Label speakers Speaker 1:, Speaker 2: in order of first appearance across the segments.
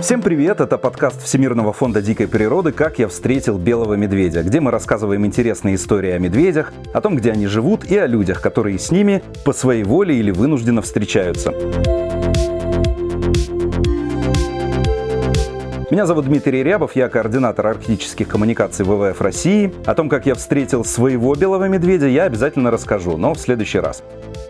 Speaker 1: Всем привет! Это подкаст Всемирного фонда дикой природы «Как я встретил белого медведя», где мы рассказываем интересные истории о медведях, о том, где они живут, и о людях, которые с ними по своей воле или вынужденно встречаются. Меня зовут Дмитрий Рябов, я координатор арктических коммуникаций ВВФ России. О том, как я встретил своего белого медведя, я обязательно расскажу, но в следующий раз.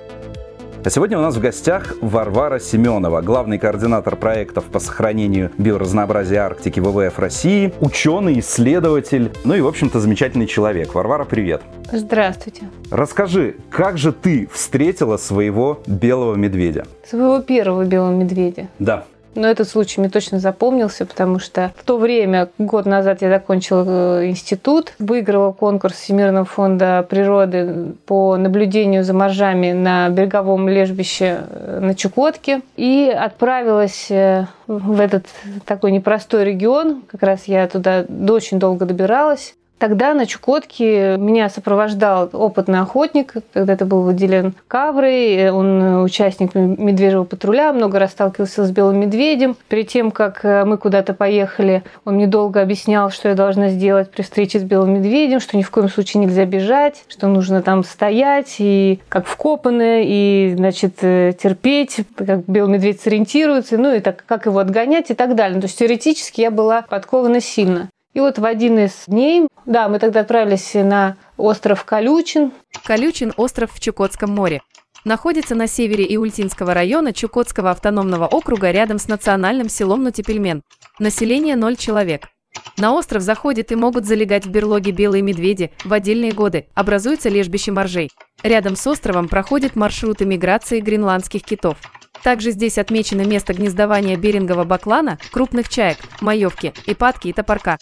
Speaker 1: А сегодня у нас в гостях Варвара Семенова, главный координатор проектов по сохранению биоразнообразия Арктики ВВФ России, ученый, исследователь, ну и, в общем-то, замечательный человек. Варвара, привет.
Speaker 2: Здравствуйте.
Speaker 1: Расскажи, как же ты встретила своего белого медведя?
Speaker 2: Своего первого белого медведя?
Speaker 1: Да.
Speaker 2: Но этот случай мне точно запомнился, потому что в то время, год назад, я закончила институт, выиграла конкурс Всемирного фонда природы по наблюдению за моржами на береговом лежбище на Чукотке и отправилась в этот такой непростой регион. Как раз я туда очень долго добиралась. Тогда на Чукотке меня сопровождал опытный охотник, когда-то был выделен Каврой, он участник медвежьего патруля, много раз сталкивался с белым медведем. Перед тем, как мы куда-то поехали, он мне долго объяснял, что я должна сделать при встрече с белым медведем, что ни в коем случае нельзя бежать, что нужно там стоять и как вкопанное, и, значит, терпеть, как белый медведь сориентируется, ну и так, как его отгонять и так далее. То есть теоретически я была подкована сильно. И вот в один из дней, мы тогда отправились на остров Колючин.
Speaker 3: Колючин – остров в Чукотском море. Находится на севере Иультинского района Чукотского автономного округа рядом с национальным селом Нутипельмен. Население 0 человек. На остров заходят и могут залегать в берлоге белые медведи в отдельные годы, образуется лежбище моржей. Рядом с островом проходят маршруты миграции гренландских китов. Также здесь отмечено место гнездования берингового баклана, крупных чаек, маевки, ипатки и топорка.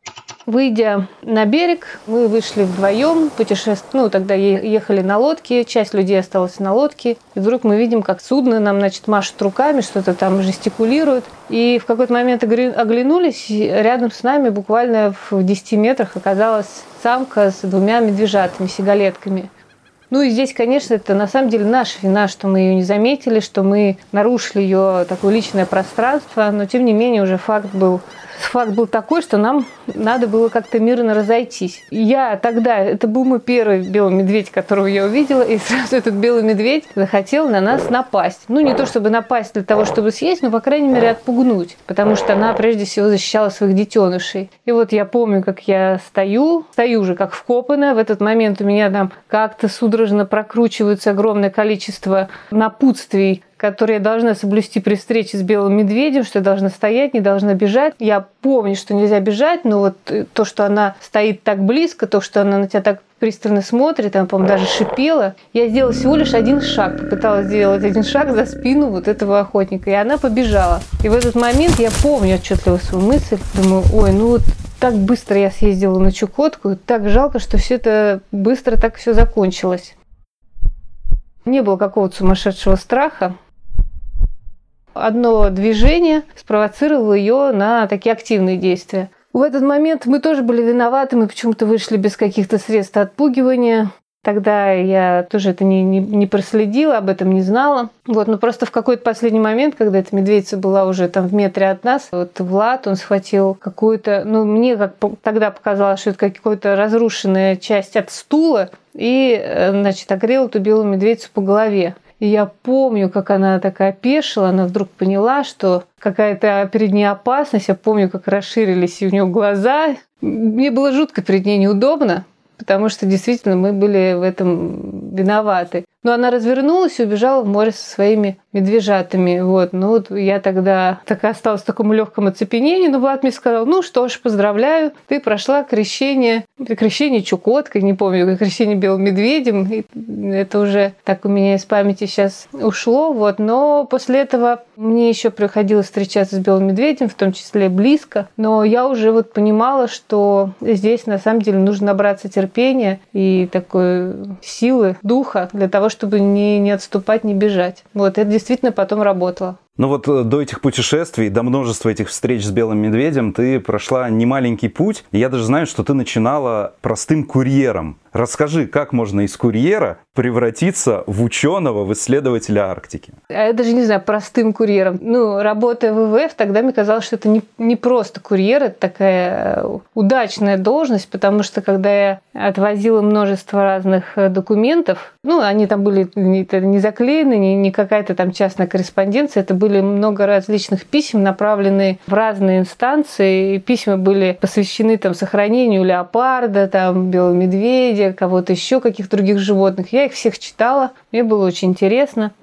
Speaker 2: Выйдя на берег, мы вышли вдвоем, тогда ехали на лодке, часть людей осталась на лодке, и вдруг мы видим, как судно нам, машет руками, что-то там жестикулирует, и в какой-то момент оглянулись, и рядом с нами, буквально в 10 метрах, оказалась самка с 2 медвежатами, сигалетками. Ну и здесь, конечно, это на самом деле наша вина, что мы ее не заметили, что мы нарушили ее такое личное пространство, но тем не менее уже факт был такой, что нам надо было как-то мирно разойтись. Это был мой первый белый медведь, которого я увидела, и сразу этот белый медведь захотел на нас напасть. Ну, не то чтобы напасть для того, чтобы съесть, но, по крайней мере, отпугнуть, потому что она, прежде всего, защищала своих детенышей. И вот я помню, как я стою уже как вкопанная. В этот момент у меня там как-то судорожно прокручивается огромное количество напутствий, которые я должна соблюсти при встрече с белым медведем, что я должна стоять, не должна бежать. Я помню, что нельзя бежать, но вот то, что она стоит так близко, то, что она на тебя так пристально смотрит, она, по-моему, даже шипела. Я сделала всего лишь один шаг, попыталась сделать один шаг за спину вот этого охотника, и она побежала. И в этот момент я помню отчетливо свою мысль, думаю, так быстро я съездила на Чукотку, так жалко, что все это быстро так все закончилось. Не было какого-то сумасшедшего страха. Одно движение спровоцировало ее на такие активные действия. В этот момент мы тоже были виноваты, мы почему-то вышли без каких-то средств отпугивания. Тогда я тоже это не проследила, об этом не знала. Но просто в какой-то последний момент, когда эта медведица была уже там в метре от нас, Влад, он схватил какую-то, мне как тогда показалось, что это какая-то разрушенная часть от стула, и, огрел эту белую медведицу по голове. И я помню, как она такая опешила, она вдруг поняла, что какая-то перед ней опасность. Я помню, как расширились у нее глаза. Мне было жутко перед ней неудобно, потому что действительно мы были в этом виноваты. Но она развернулась и убежала в море со своими медвежатами. Я тогда осталась в таком легком оцепенении, но Влад мне сказал, что ж, поздравляю, ты прошла крещение Чукоткой, не помню, крещение белым медведем. И это уже так у меня из памяти сейчас ушло. Но после этого мне еще приходилось встречаться с белым медведем, в том числе близко. Но я уже понимала, что здесь на самом деле нужно набраться терпения и такой силы, духа для того, чтобы не отступать, не бежать. Это действительно потом работало.
Speaker 1: Ну вот до этих путешествий, до множества этих встреч с белым медведем ты прошла немаленький путь. И я даже знаю, что ты начинала простым курьером. Расскажи, как можно из курьера превратиться в ученого, в исследователя Арктики?
Speaker 2: Я даже не знаю, простым курьером. Работая в ВВФ, тогда мне казалось, что это не просто курьер, это такая удачная должность, потому что когда я отвозила множество разных документов, они там были не заклеены, не какая-то там частная корреспонденция, это были много различных писем, направленные в разные инстанции. И письма были посвящены там сохранению леопарда, там белого медведя, кого-то еще, каких-то других животных. Я их всех читала, мне было очень интересно.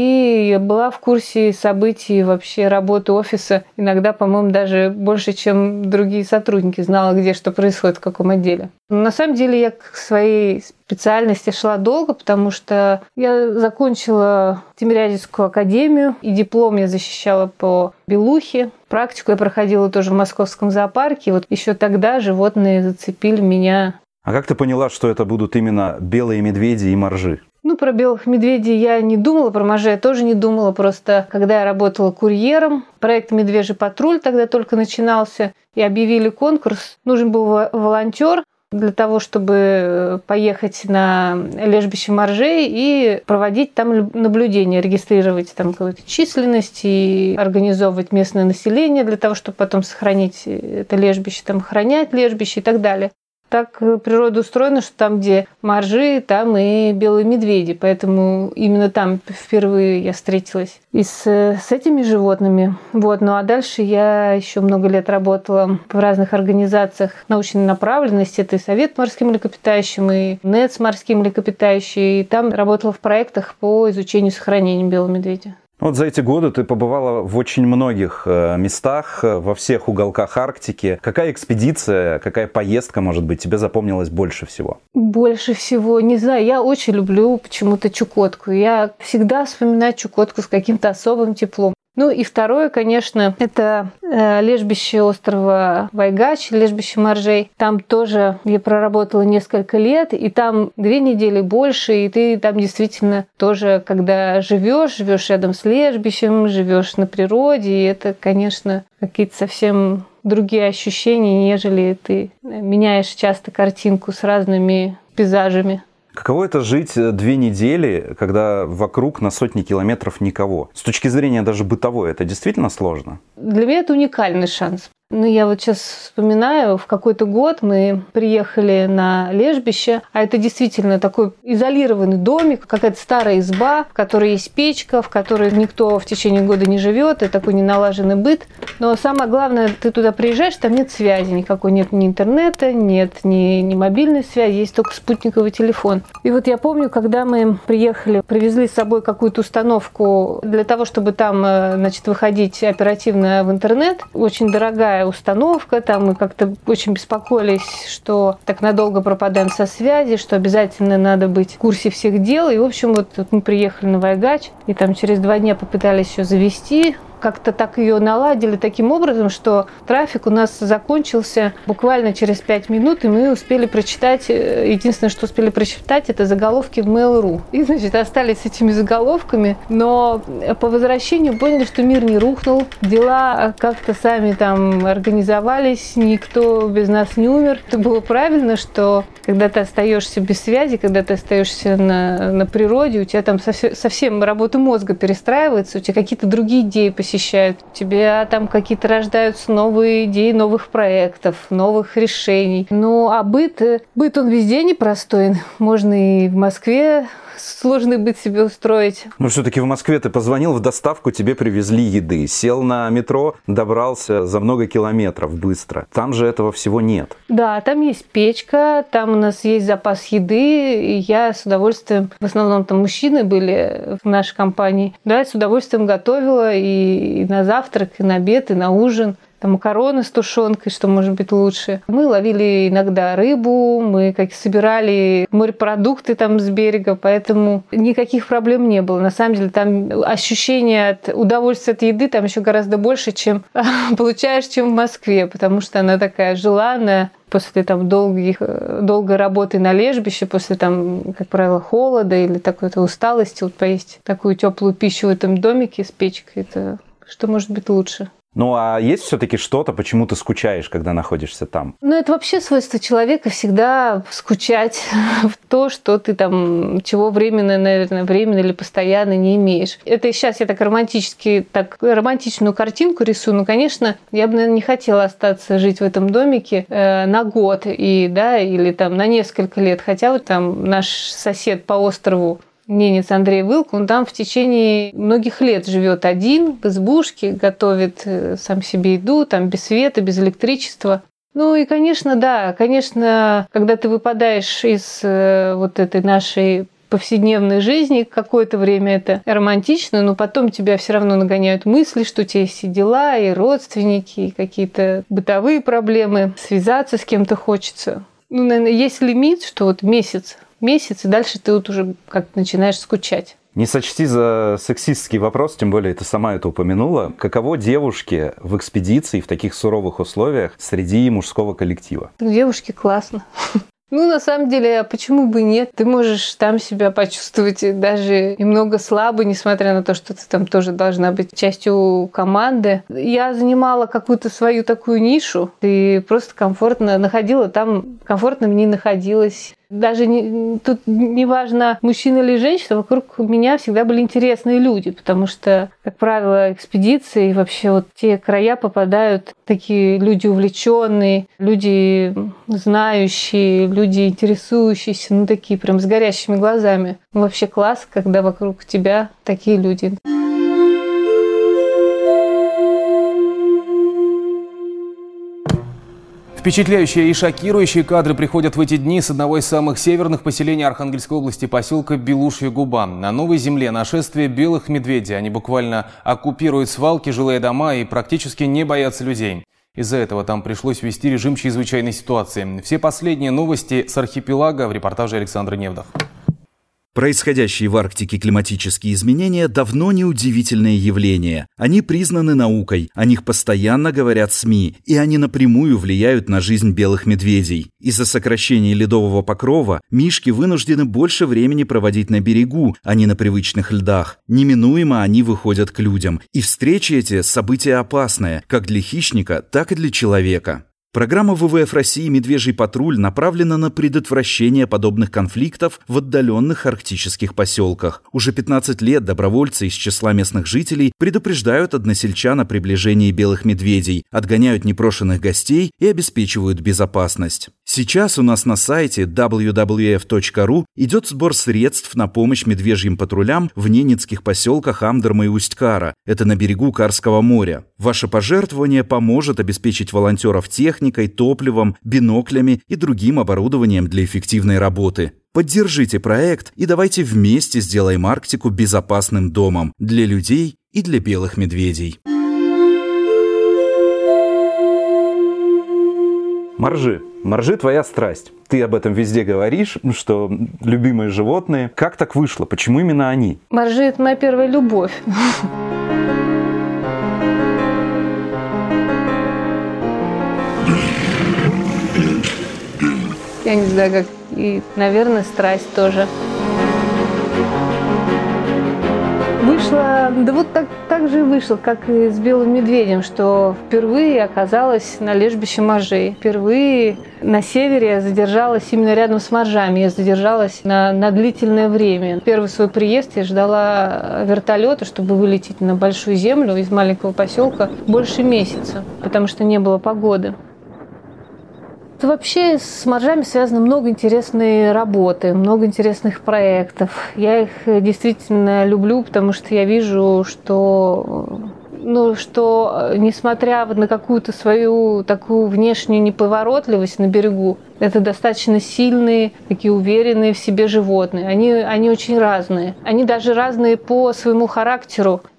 Speaker 2: И я была в курсе событий вообще работы офиса. Иногда, по-моему, даже больше, чем другие сотрудники, знала, где что происходит, в каком отделе. Но на самом деле я к своей специальности шла долго, потому что я закончила Тимирязевскую академию, и диплом я защищала по белухе. Практику я проходила тоже в Московском зоопарке. И вот еще тогда животные зацепили меня.
Speaker 1: А как ты поняла, что это будут именно белые медведи и моржи?
Speaker 2: Про белых медведей я не думала, про моржей я тоже не думала. Просто когда я работала курьером, проект «Медвежий патруль» тогда только начинался, и объявили конкурс. Нужен был волонтер для того, чтобы поехать на лежбище моржей и проводить там наблюдения, регистрировать там какую-то численность и организовывать местное население для того, чтобы потом сохранить это лежбище, там охранять лежбище и так далее. Так природа устроена, что там, где моржи, там и белые медведи. Поэтому именно там впервые я встретилась и с этими животными. А дальше я еще много лет работала в разных организациях научной направленности. Это и Совет морским млекопитающим, и НЭЦ морским млекопитающим. И там работала в проектах по изучению и сохранению белого медведя.
Speaker 1: Вот за эти годы ты побывала в очень многих местах, во всех уголках Арктики. Какая экспедиция, какая поездка, может быть, тебе запомнилась больше всего?
Speaker 2: Больше всего, не знаю, я очень люблю почему-то Чукотку. Я всегда вспоминаю Чукотку с каким-то особым теплом. И второе, конечно, это лежбище острова Вайгач, лежбище моржей. Там тоже я проработала несколько лет, и там 2 недели больше, и ты там действительно тоже, когда живешь рядом с лежбищем, живешь на природе, и это, конечно, какие-то совсем другие ощущения, нежели ты меняешь часто картинку с разными пейзажами.
Speaker 1: Каково это жить 2 недели, когда вокруг на сотни километров никого? С точки зрения даже бытовой, это действительно сложно?
Speaker 2: Для меня это уникальный шанс. Я вот сейчас вспоминаю, в какой-то год мы приехали на лежбище, а это действительно такой изолированный домик, какая-то старая изба, в которой есть печка, в которой никто в течение года не живет, и такой неналаженный быт. Но самое главное, ты туда приезжаешь, там нет связи никакой, нет ни интернета, нет ни мобильной связи, есть только спутниковый телефон. И вот я помню, когда мы приехали, привезли с собой какую-то установку для того, чтобы там, выходить оперативно в интернет, очень дорогая установка, там мы как-то очень беспокоились, что так надолго пропадаем со связи, что обязательно надо быть в курсе всех дел. И, в общем, вот мы приехали на Вайгач, и там через 2 дня попытались ее завести. Как-то так ее наладили таким образом, что трафик у нас закончился буквально через 5 минут, и мы успели прочитать, единственное, что успели прочитать, это заголовки в Mail.ru. И, остались с этими заголовками, но по возвращению поняли, что мир не рухнул, дела как-то сами там организовались, никто без нас не умер. Это было правильно, что когда ты остаешься без связи, когда ты остаешься на природе, у тебя там совсем работа мозга перестраивается, у тебя какие-то другие идеи посещают, у тебя там какие-то рождаются новые идеи новых проектов, новых решений. А быт он везде непростой. Можно и в Москве сложный быт себе устроить.
Speaker 1: Все-таки в Москве ты позвонил в доставку, тебе привезли еды. Сел на метро, добрался за много километров быстро. Там же этого всего нет.
Speaker 2: Да, там есть печка, там у нас есть запас еды. И я с удовольствием, в основном там мужчины были в нашей компании, да, с удовольствием готовила и на завтрак, и на обед, и на ужин. там макароны с тушенкой, что может быть лучше. Мы ловили иногда рыбу, мы собирали морепродукты там с берега, поэтому никаких проблем не было. На самом деле там ощущение от удовольствия от еды там еще гораздо больше, чем получаешь, чем в Москве, потому что она такая желанная. После там долгой работы на лежбище, после там, как правило, холода или такой-то усталости, вот поесть такую теплую пищу в этом домике с печкой, это что может быть лучше?
Speaker 1: Ну, а есть все-таки что-то, почему ты скучаешь, когда находишься там?
Speaker 2: Ну, это вообще свойство человека всегда скучать в то, что ты там, чего временно или постоянно не имеешь. Это сейчас я так романтичную картинку рисую. Ну, конечно, я бы, наверное, не хотела остаться жить в этом домике на год или там на несколько лет. Хотя вот там наш сосед по острову, ненец Андрей Вылк, он там в течение многих лет живет один, в избушке, готовит сам себе еду, там без света, без электричества. Ну и, конечно, когда ты выпадаешь из вот этой нашей повседневной жизни, какое-то время это романтично, но потом тебя все равно нагоняют мысли, что у тебя есть и дела, и родственники, и какие-то бытовые проблемы, связаться с кем-то хочется. Ну, наверное, есть лимит, что вот месяц, и дальше ты вот уже как-то начинаешь скучать.
Speaker 1: Не сочти за сексистский вопрос, тем более ты сама это упомянула. Каково девушке в экспедиции в таких суровых условиях среди мужского коллектива?
Speaker 2: Девушке классно. Ну, на самом деле, почему бы нет? Ты можешь там себя почувствовать даже немного слабо, несмотря на то, что ты там тоже должна быть частью команды. Я занимала какую-то свою такую нишу и просто комфортно находила там, комфортно в ней находилась. Даже тут не важно, мужчина или женщина, вокруг меня всегда были интересные люди, потому что, как правило, экспедиции и вообще вот те края попадают такие люди увлеченные, люди знающие, люди интересующиеся, ну такие прям с горящими глазами. Ну, вообще класс, когда вокруг тебя такие люди.
Speaker 4: Впечатляющие и шокирующие кадры приходят в эти дни с одного из самых северных поселений Архангельской области, поселка Белушья Губа. На Новой Земле нашествие белых медведей. Они буквально оккупируют свалки, жилые дома и практически не боятся людей. Из-за этого там пришлось ввести режим чрезвычайной ситуации. Все последние новости с архипелага в репортаже Александра Невдах.
Speaker 5: Происходящие в Арктике климатические изменения давно не удивительное явление. Они признаны наукой, о них постоянно говорят СМИ, и они напрямую влияют на жизнь белых медведей. Из-за сокращения ледового покрова мишки вынуждены больше времени проводить на берегу, а не на привычных льдах. Неминуемо они выходят к людям. И встречи эти – события опасные, как для хищника, так и для человека. Программа ВВФ России «Медвежий патруль» направлена на предотвращение подобных конфликтов в отдаленных арктических поселках. Уже 15 лет добровольцы из числа местных жителей предупреждают односельчан о приближении белых медведей, отгоняют непрошенных гостей и обеспечивают безопасность. Сейчас у нас на сайте www.ru идет сбор средств на помощь медвежьим патрулям в ненецких поселках Амдерма и Усть-Кара. Это на берегу Карского моря. Ваше пожертвование поможет обеспечить волонтеров техникой, топливом, биноклями и другим оборудованием для эффективной работы. Поддержите проект и давайте вместе сделаем Арктику безопасным домом для людей и для белых медведей.
Speaker 1: Моржи твоя страсть. Ты об этом везде говоришь, что любимые животные. Как так вышло? Почему именно они?
Speaker 2: Моржи – это моя первая любовь. Я не знаю, как и, наверное, страсть тоже. Вышло, да вот так же и вышло, как и с белым медведем, что впервые оказалась на лежбище моржей. Впервые на севере я задержалась именно рядом с моржами. Я задержалась на длительное время. Первый свой приезд я ждала вертолета, чтобы вылететь на большую землю из маленького поселка больше месяца, потому что не было погоды. Вообще с моржами связано много интересной работы, много интересных проектов. Я их действительно люблю, потому что я вижу, что несмотря на какую-то свою такую внешнюю неповоротливость на берегу, это достаточно сильные, такие уверенные в себе животные. Они очень разные. Они даже разные по своему характеру.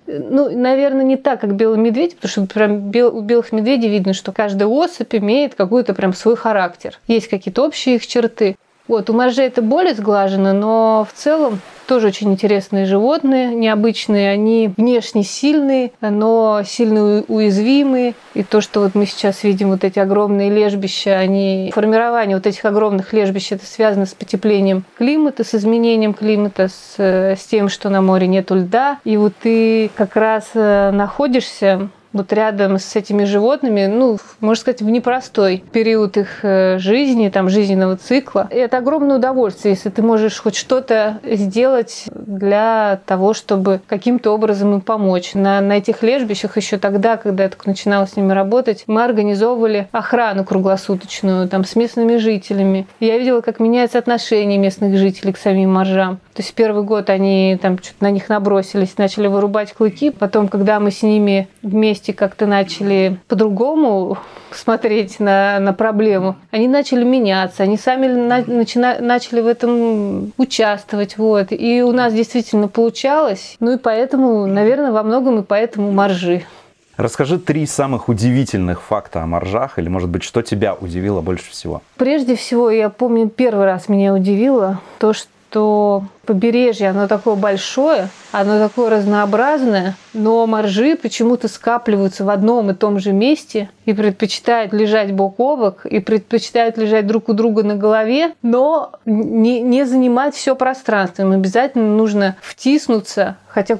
Speaker 2: Ну, наверное, не так, как белый медведь, потому что прям у белых медведей видно, что каждая особь имеет какой-то прям свой характер. Есть какие-то общие их черты. Вот, у моржей это более сглажено, но в целом тоже очень интересные животные, необычные. Они внешне сильные, но сильно уязвимые. И то, что вот мы сейчас видим, вот эти огромные лежбища, формирование вот этих огромных лежбищ, это связано с потеплением климата, с изменением климата, с тем, что на море нету льда. И вот ты как раз находишься вот рядом с этими животными, ну, можно сказать, в непростой период их жизни, там, жизненного цикла. И это огромное удовольствие, если ты можешь хоть что-то сделать для того, чтобы каким-то образом им помочь. На этих лежбищах еще тогда, когда я только начинала с ними работать, мы организовывали охрану круглосуточную там, с местными жителями. И я видела, как меняется отношение местных жителей к самим моржам. То есть первый год они там что-то на них набросились, начали вырубать клыки. Потом, когда мы с ними вместе как-то начали по-другому смотреть на проблему, они начали меняться, они сами начали в этом участвовать. Вот. И у нас действительно получалось. Ну и поэтому, наверное, во многом и поэтому моржи.
Speaker 1: Расскажи 3 самых удивительных факта о моржах, или, может быть, что тебя удивило больше всего?
Speaker 2: Прежде всего, я помню, первый раз меня удивило то, что побережье, оно такое большое, оно такое разнообразное, но моржи почему-то скапливаются в одном и том же месте и предпочитают лежать бок о бок, и предпочитают лежать друг у друга на голове, но не занимать все пространство. Им обязательно нужно втиснуться, хотя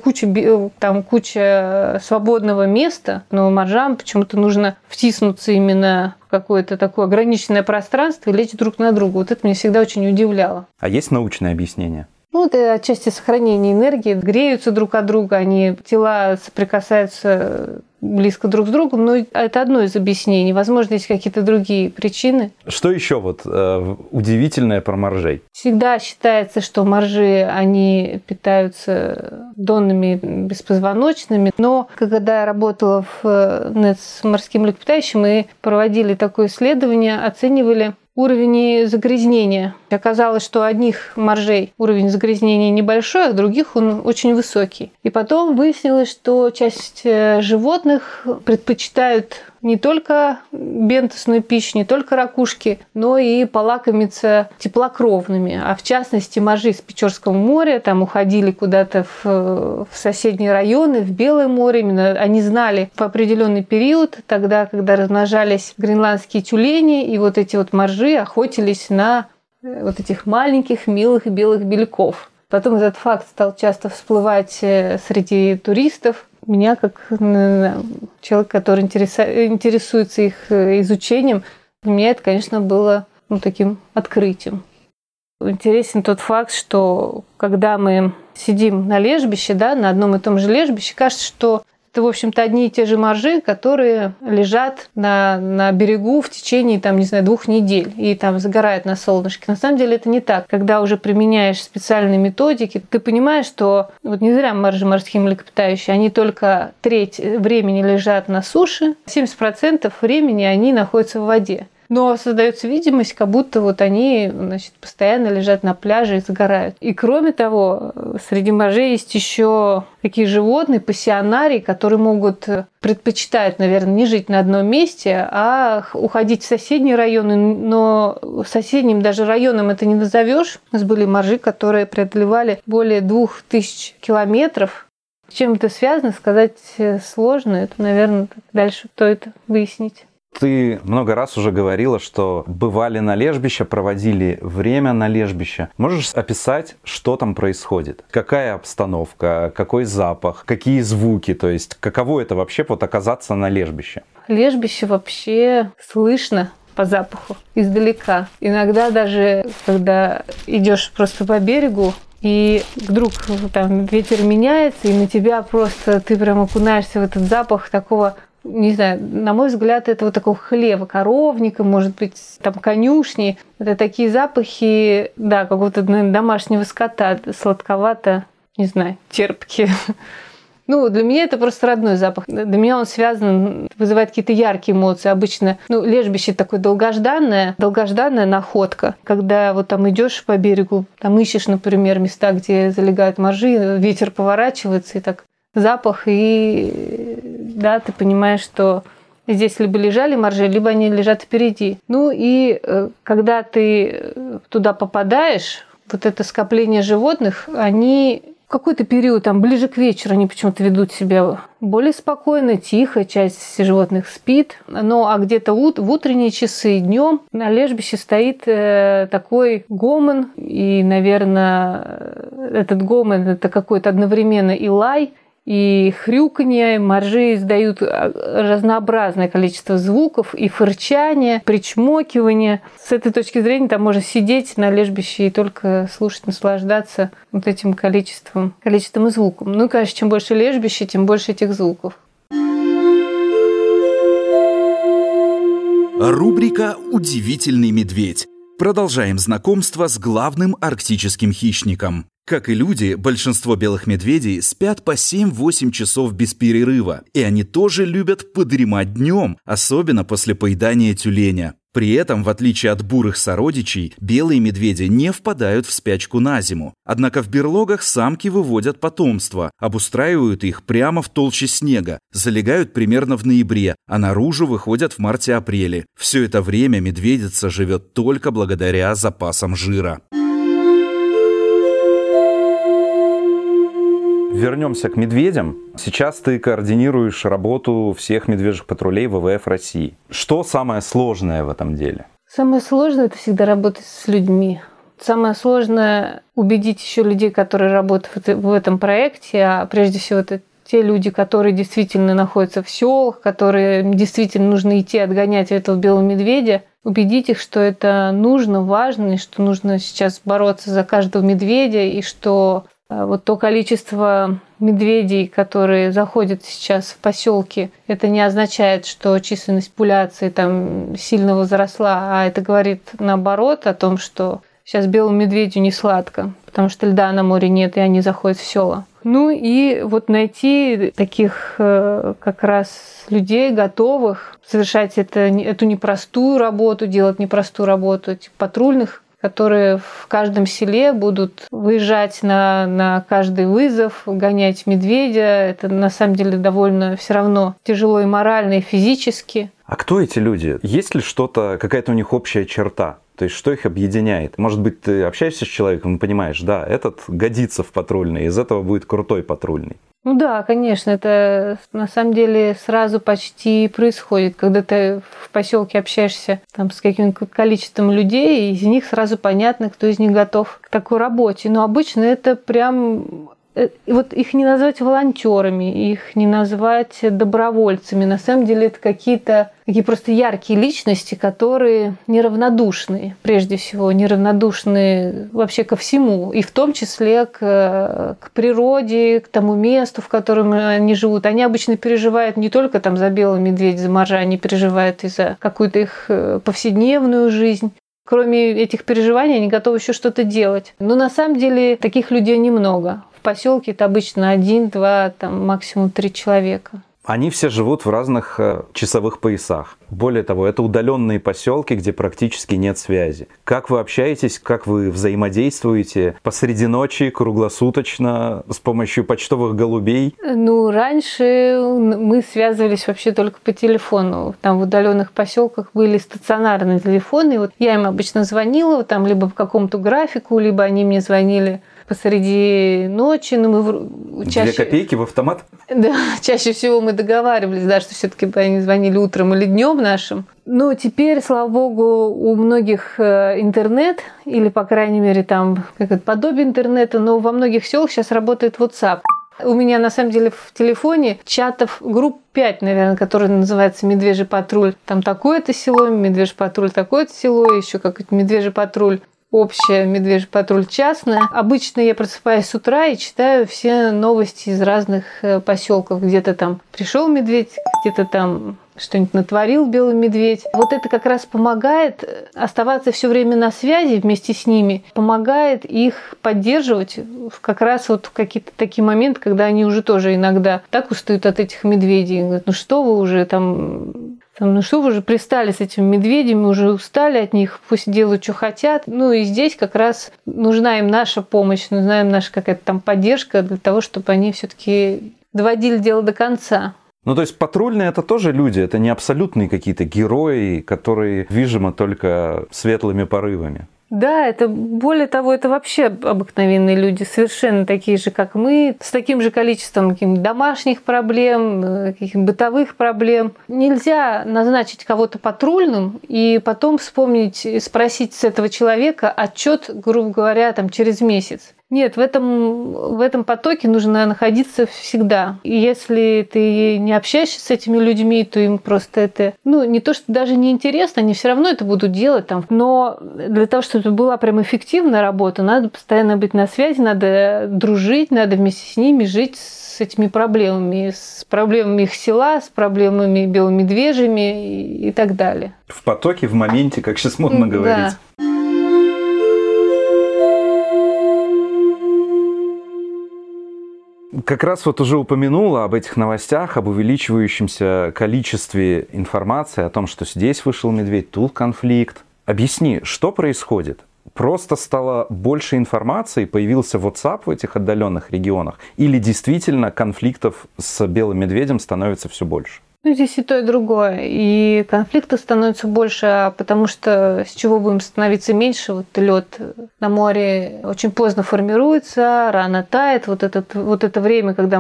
Speaker 2: куча свободного места, но моржам почему-то нужно втиснуться именно в какое-то такое ограниченное пространство и лечь друг на друга. Вот это меня всегда очень удивляло.
Speaker 1: А есть научное объяснение?
Speaker 2: Ну, это отчасти сохранение энергии, греются друг от друга, тела соприкасаются близко друг с другом, но это одно из объяснений. Возможно, есть какие-то другие причины.
Speaker 1: Что еще удивительное про моржей?
Speaker 2: Всегда считается, что моржи, они питаются донными беспозвоночными, но когда я работала в НЭТ с морским млекопитающим, мы проводили такое исследование, оценивали уровень загрязнения. Оказалось, что у одних моржей уровень загрязнения небольшой, а у других он очень высокий. И потом выяснилось, что часть животных предпочитают не только бентосную пищу, не только ракушки, но и полакомиться теплокровными. А в частности, моржи из Печорского моря там уходили куда-то в соседние районы, в Белое море. Именно они знали в определенный период, тогда, когда размножались гренландские тюлени, и вот эти вот моржи охотились на вот этих маленьких, милых белых беляков. Потом этот факт стал часто всплывать среди туристов. Меня, как человек, который интересуется их изучением, для меня это, конечно, было таким открытием. Интересен тот факт, что когда мы сидим на лежбище, на одном и том же лежбище, кажется, что это, в общем-то, одни и те же моржи, которые лежат на берегу в течение, 2 недель и там загорают на солнышке. На самом деле это не так. Когда уже применяешь специальные методики, ты понимаешь, что вот не зря моржи морские млекопитающие, они только треть времени лежат на суше, 70% времени они находятся в воде. Но создается видимость, как будто они постоянно лежат на пляже и загорают. И кроме того, среди моржей есть еще такие животные, пассионарии, которые предпочитают, наверное, не жить на одном месте, а уходить в соседние районы. Но соседним даже районом это не назовешь. У нас были моржи, которые преодолевали более 2000 километров. С чем это связано, сказать сложно. Это, наверное, дальше стоит выяснить.
Speaker 1: Ты много раз уже говорила, что бывали на лежбище, проводили время на лежбище. Можешь описать, что там происходит? Какая обстановка, какой запах, какие звуки? То есть, каково это вообще оказаться на лежбище?
Speaker 2: Лежбище вообще слышно по запаху издалека. Иногда даже, когда идешь просто по берегу, и вдруг там ветер меняется, и на тебя просто ты прям окунаешься в этот запах такого, не знаю, на мой взгляд, этого такого хлева, коровника, может быть, там конюшни. Это такие запахи, какого-то домашнего скота, сладковато, не знаю, терпкие. Для меня это просто родной запах. Для меня он связан, вызывает какие-то яркие эмоции. Обычно, лежбище такое долгожданная находка. Когда там идешь по берегу, там ищешь, например, места, где залегают моржи, ветер поворачивается, и так запах, и да, ты понимаешь, что здесь либо лежали моржи, либо они лежат впереди. Ну и когда ты туда попадаешь, вот это скопление животных, они в какой-то период, там, ближе к вечеру, они почему-то ведут себя более спокойно, тихо, часть животных спит. Ну, а где-то в утренние часы, днем на лежбище стоит такой гомон. И, наверное, этот гомон – это какой-то одновременно и лай, и хрюканье. Моржи издают разнообразное количество звуков, и фырчание, причмокивание. С этой точки зрения там можно сидеть на лежбище и только слушать, наслаждаться вот этим количеством и звуком. Ну, конечно, чем больше лежбище, тем больше этих звуков.
Speaker 5: Рубрика «Удивительный медведь». Продолжаем знакомство с главным арктическим хищником. Как и люди, большинство белых медведей спят по 7-8 часов без перерыва, и они тоже любят подремать днем, особенно после поедания тюленя. При этом, в отличие от бурых сородичей, белые медведи не впадают в спячку на зиму. Однако в берлогах самки выводят потомство, обустраивают их прямо в толще снега, залегают примерно в ноябре, а наружу выходят в марте-апреле. Все это время медведица живет только благодаря запасам жира.
Speaker 1: Вернемся к медведям. Сейчас ты координируешь работу всех медвежьих патрулей ВВФ России. Что самое сложное в этом деле?
Speaker 2: Самое сложное – это всегда работать с людьми. Самое сложное – убедить еще людей, которые работают в этом проекте, а прежде всего это те люди, которые действительно находятся в селах, которые действительно нужно идти отгонять этого белого медведя, убедить их, что это нужно, важно, и что нужно сейчас бороться за каждого медведя, и что вот то количество медведей, которые заходят сейчас в поселки, это не означает, что численность популяции там сильно возросла, а это говорит наоборот о том, что сейчас белому медведю не сладко, потому что льда на море нет, и они заходят в села. Ну и вот найти таких как раз людей, готовых совершать эту непростую работу, делать непростую работу, этих патрульных, которые в каждом селе будут выезжать на каждый вызов, гонять медведя. Это на самом деле довольно все равно тяжело и морально, и физически.
Speaker 1: А кто эти люди? Есть ли что-то, какая-то у них общая черта? То есть, что их объединяет? Может быть, ты общаешься с человеком и понимаешь, да, этот годится в патрульный, из этого будет крутой патрульный.
Speaker 2: Ну да, конечно, это на самом деле сразу почти происходит, когда ты в поселке общаешься там с каким-то количеством людей, и из них сразу понятно, кто из них готов к такой работе. Но обычно это прям... Вот их не назвать волонтерами, их не назвать добровольцами. На самом деле это какие-то такие просто яркие личности, которые неравнодушны, прежде всего, неравнодушны вообще ко всему, и в том числе к природе, к тому месту, в котором они живут. Они обычно переживают не только там за белого медведя, за моржа, они переживают и за какую-то их повседневную жизнь. Кроме этих переживаний, они готовы еще что-то делать. Но на самом деле таких людей немного. В поселке это обычно 1, 2, там, максимум 3 человека.
Speaker 1: Они все живут в разных часовых поясах. Более того, это удаленные поселки, где практически нет связи. Как вы общаетесь, как вы взаимодействуете посреди ночи, круглосуточно, с помощью почтовых голубей?
Speaker 2: Ну, раньше мы связывались вообще только по телефону. Там в удаленных поселках были стационарные телефоны. И вот я им обычно звонила, там либо по какому-то графику, либо они мне звонили посреди ночи, но мы чаще...
Speaker 1: 2 копейки в автомат?
Speaker 2: Да, чаще всего мы договаривались, да, что все-таки они звонили утром или днем нашим. Но теперь, слава богу, у многих интернет, или, по крайней мере, там как-то подобие интернета, но во многих селах сейчас работает WhatsApp. У меня, на самом деле, в телефоне чатов групп 5, наверное, которые называются «Медвежий патруль». Там такое-то село, «Медвежий патруль», такое-то село, еще какой-то «Медвежий патруль». Общая «Медвежий патруль» частная. Обычно я просыпаюсь с утра и читаю все новости из разных поселков. Где-то там пришел медведь, где-то там что-нибудь натворил белый медведь. Вот это как раз помогает оставаться все время на связи вместе с ними, помогает их поддерживать как раз вот в какие-то такие моменты, когда они уже тоже иногда так устают от этих медведей. Говорят, ну что вы уже ну что вы уже пристали с этими медведями, уже устали от них, пусть делают, что хотят. Ну и здесь как раз нужна им наша помощь, нужна им наша какая-то там поддержка для того, чтобы они все-таки доводили дело до конца.
Speaker 1: Ну, то есть патрульные – это тоже люди, это не абсолютные какие-то герои, которые движимы только светлыми порывами.
Speaker 2: Да, это более того, это вообще обыкновенные люди, совершенно такие же, как мы, с таким же количеством каких-то домашних проблем, каких-то бытовых проблем. Нельзя назначить кого-то патрульным и потом вспомнить, спросить с этого человека отчет, грубо говоря, там, через месяц. Нет, в этом потоке нужно находиться всегда. И если ты не общаешься с этими людьми, то им просто это, не то, что даже не интересно, они все равно это будут делать там. Но для того, чтобы это была прям эффективная работа, надо постоянно быть на связи, надо дружить, надо вместе с ними жить с этими проблемами, с проблемами их села, с проблемами беломедвежьими и так далее.
Speaker 1: В потоке, в моменте, как сейчас модно говорить.
Speaker 2: Да.
Speaker 1: Как раз вот уже упомянула об этих новостях, об увеличивающемся количестве информации, о том, что здесь вышел медведь, тут конфликт. Объясни, что происходит? Просто стало больше информации, появился WhatsApp в этих отдаленных регионах? Или действительно конфликтов с белым медведем становится все больше?
Speaker 2: Здесь и то, и другое. И конфликтов становится больше, потому что с чего будем становиться меньше? Вот лед на море очень поздно формируется, рано тает. Вот это время, когда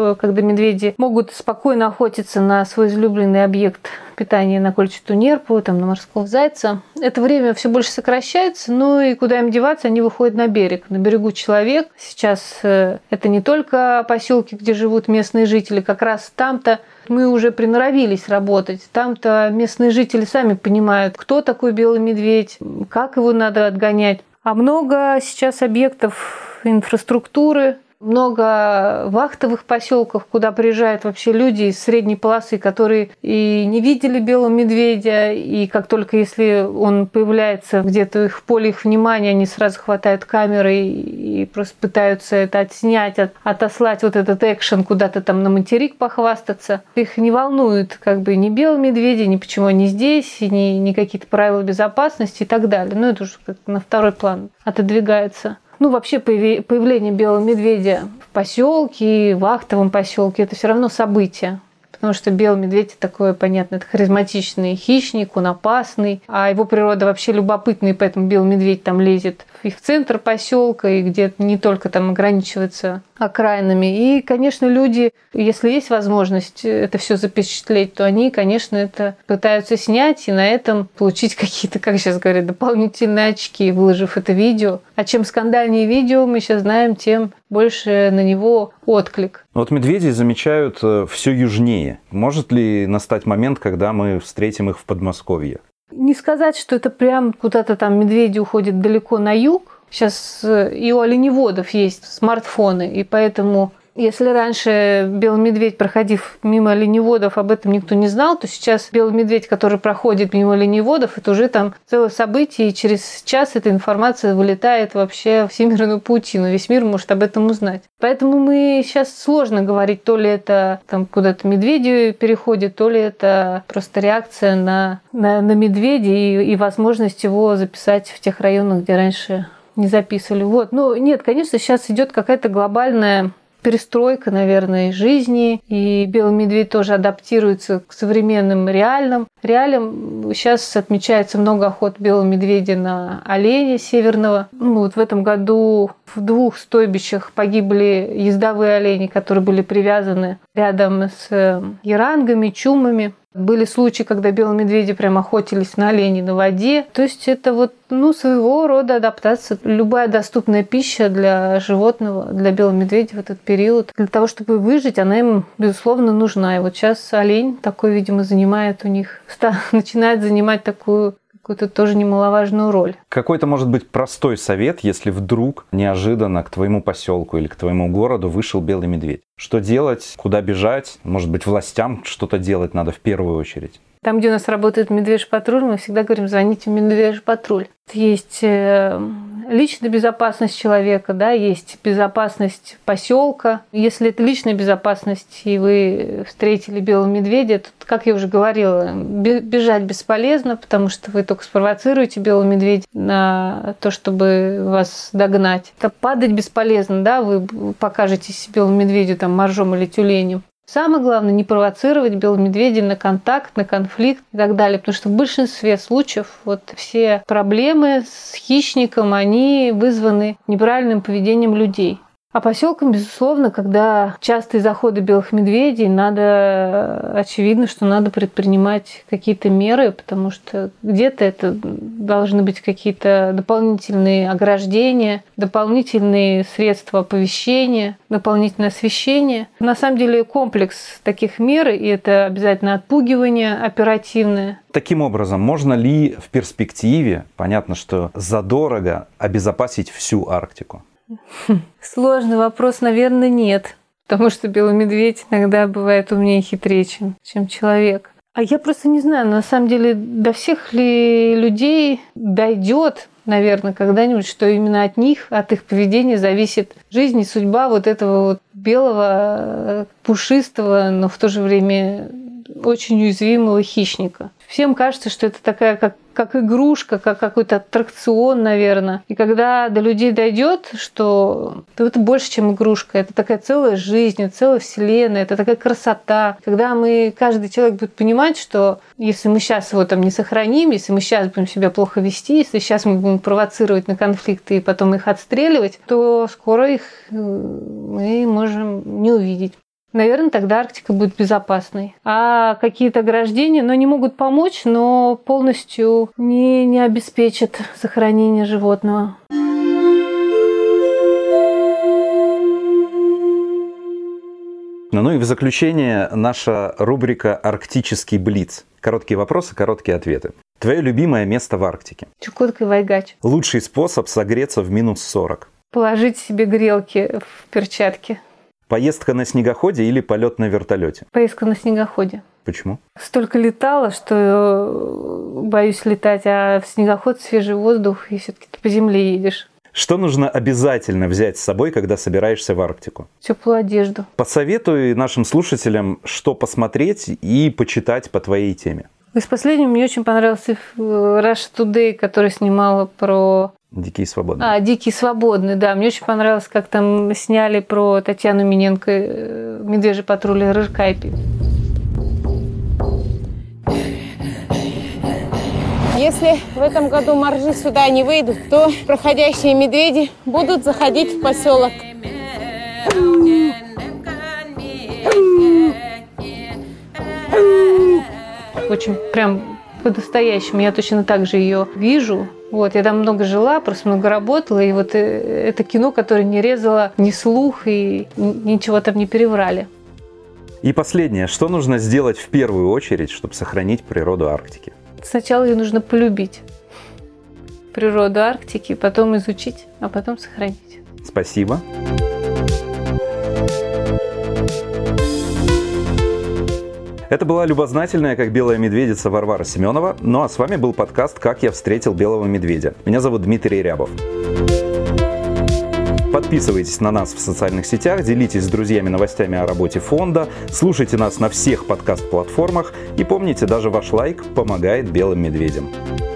Speaker 2: медведи могут спокойно охотиться на свой излюбленный объект питания, на кольчатую нерпу, там, на морского зайца. Это время все больше сокращается, и куда им деваться, они выходят на берег. На берегу человек. Сейчас это не только поселки, где живут местные жители, как раз там-то мы уже приноровились работать. Там-то местные жители сами понимают, кто такой белый медведь, как его надо отгонять. А много сейчас объектов инфраструктуры, много вахтовых поселков, куда приезжают вообще люди из средней полосы, которые и не видели белого медведя, и как только если он появляется где-то в поле их внимания, они сразу хватают камеры и просто пытаются это отснять, отослать вот этот экшен куда-то там на материк похвастаться. Их не волнует ни белые медведи, ни почему они здесь, ни какие-то правила безопасности и так далее. Это уже как-то на второй план отодвигается. Вообще появление белого медведя в поселке, в вахтовом поселке, это все равно событие. Потому что белый медведь такой, понятно, это харизматичный хищник, он опасный, а его природа вообще любопытная, и поэтому белый медведь там лезет и в центр поселка, и где-то не только там ограничивается окраинами. И, конечно, люди, если есть возможность это все запечатлеть, то они, конечно, это пытаются снять и на этом получить какие-то, как сейчас говорят, дополнительные очки, выложив это видео. А чем скандальнее видео, мы сейчас знаем, тем больше на него отклик.
Speaker 1: Вот медведей замечают все южнее. Может ли настать момент, когда мы встретим их в Подмосковье?
Speaker 2: Не сказать, что это прям куда-то там медведи уходят далеко на юг. Сейчас и у оленеводов есть смартфоны, и поэтому, если раньше белый медведь, проходив мимо оленеводов, об этом никто не знал, то сейчас белый медведь, который проходит мимо оленеводов, это уже там целое событие, и через час эта информация вылетает вообще в всемирную паутину. Весь мир может об этом узнать. Поэтому мы сейчас сложно говорить, то ли это там куда-то медведи переходят, то ли это просто реакция на медведя и возможность его записать в тех районах, где раньше не записывали. Нет, конечно, сейчас идет какая-то глобальная перестройка, наверное, жизни, и белый медведь тоже адаптируется к современным реалиям. Сейчас отмечается много охот белого медведя на оленя северного. В этом году в 2 стойбищах погибли ездовые олени, которые были привязаны рядом с ярангами, чумами. Были случаи, когда белые медведи прям охотились на оленей на воде. То есть это своего рода адаптация. Любая доступная пища для животного, для белого медведя в этот период, для того, чтобы выжить, она им, безусловно, нужна. И вот сейчас олень такой, видимо, начинает занимать такую какую-то тоже немаловажную роль.
Speaker 1: Какой-то, может быть, простой совет, если вдруг неожиданно к твоему поселку или к твоему городу вышел белый медведь? Что делать? Куда бежать? Может быть, властям что-то делать надо в первую очередь?
Speaker 2: Там, где у нас работает медвежий патруль, мы всегда говорим: звоните в медвежий патруль. Есть личная безопасность человека, есть безопасность поселка. Если это личная безопасность, и вы встретили белого медведя, то, как я уже говорила, бежать бесполезно, потому что вы только спровоцируете белого медведя на то, чтобы вас догнать. Падать бесполезно, вы покажете белому медведю там моржом или тюленем. Самое главное, не провоцировать белого медведя на контакт, на конфликт и так далее, потому что в большинстве случаев вот все проблемы с хищником, они вызваны неправильным поведением людей. А поселкам, безусловно, когда частые заходы белых медведей, очевидно, что надо предпринимать какие-то меры, потому что где-то это должны быть какие-то дополнительные ограждения, дополнительные средства оповещения, дополнительное освещение. На самом деле комплекс таких мер, и это обязательно отпугивание оперативное.
Speaker 1: Таким образом, можно ли в перспективе, понятно, что задорого, обезопасить всю Арктику?
Speaker 2: Сложный вопрос, наверное, нет. Потому что белый медведь иногда бывает умнее и хитрее, чем человек. А я просто не знаю, на самом деле, до всех ли людей дойдет, наверное, когда-нибудь, что именно от них, от их поведения зависит жизнь и судьба вот этого вот белого, пушистого, но в то же время очень уязвимого хищника. Всем кажется, что это такая как игрушка, как какой-то аттракцион, наверное. И когда до людей дойдет, что это больше, чем игрушка, это такая целая жизнь, целая вселенная, это такая красота. Когда каждый человек будет понимать, что если мы сейчас его там не сохраним, если мы сейчас будем себя плохо вести, если сейчас мы будем провоцировать на конфликты и потом их отстреливать, то скоро их мы можем не увидеть. Наверное, тогда Арктика будет безопасной. А какие-то ограждения, не могут помочь, но полностью не обеспечат сохранение животного.
Speaker 1: Ну и в заключение наша рубрика «Арктический блиц». Короткие вопросы, короткие ответы. Твое любимое место в Арктике?
Speaker 2: Чукотка и Вайгач.
Speaker 1: Лучший способ согреться в минус 40?
Speaker 2: Положить себе грелки в перчатки.
Speaker 1: Поездка на снегоходе или полет на вертолете?
Speaker 2: Поездка на снегоходе.
Speaker 1: Почему?
Speaker 2: Столько летала, что боюсь летать, а в снегоход свежий воздух, и все-таки ты по земле едешь.
Speaker 1: Что нужно обязательно взять с собой, когда собираешься в Арктику?
Speaker 2: Теплую одежду.
Speaker 1: Посоветуй нашим слушателям, что посмотреть и почитать по твоей теме.
Speaker 2: Из последнего мне очень понравился Russia Today, который снимала про...
Speaker 1: «Дикие свободные».
Speaker 2: «Дикие свободные», да. Мне очень понравилось, как там сняли про Татьяну Миненко, «Медвежий патруль» Рыркайпи.
Speaker 6: Если в этом году моржи сюда не выйдут, то проходящие медведи будут заходить в поселок.
Speaker 2: Очень прям по-настоящему. Я точно так же ее вижу. Я там много жила, просто много работала, и это кино, которое не резало ни слух, и ничего там не переврали.
Speaker 1: И последнее. Что нужно сделать в первую очередь, чтобы сохранить природу Арктики?
Speaker 2: Сначала ее нужно полюбить. Природу Арктики, потом изучить, а потом сохранить.
Speaker 1: Спасибо. Это была любознательная, как белая медведица, Варвара Семенова. Ну а с вами был подкаст «Как я встретил белого медведя». Меня зовут Дмитрий Рябов. Подписывайтесь на нас в социальных сетях, делитесь с друзьями новостями о работе фонда, слушайте нас на всех подкаст-платформах и помните, даже ваш лайк помогает белым медведям.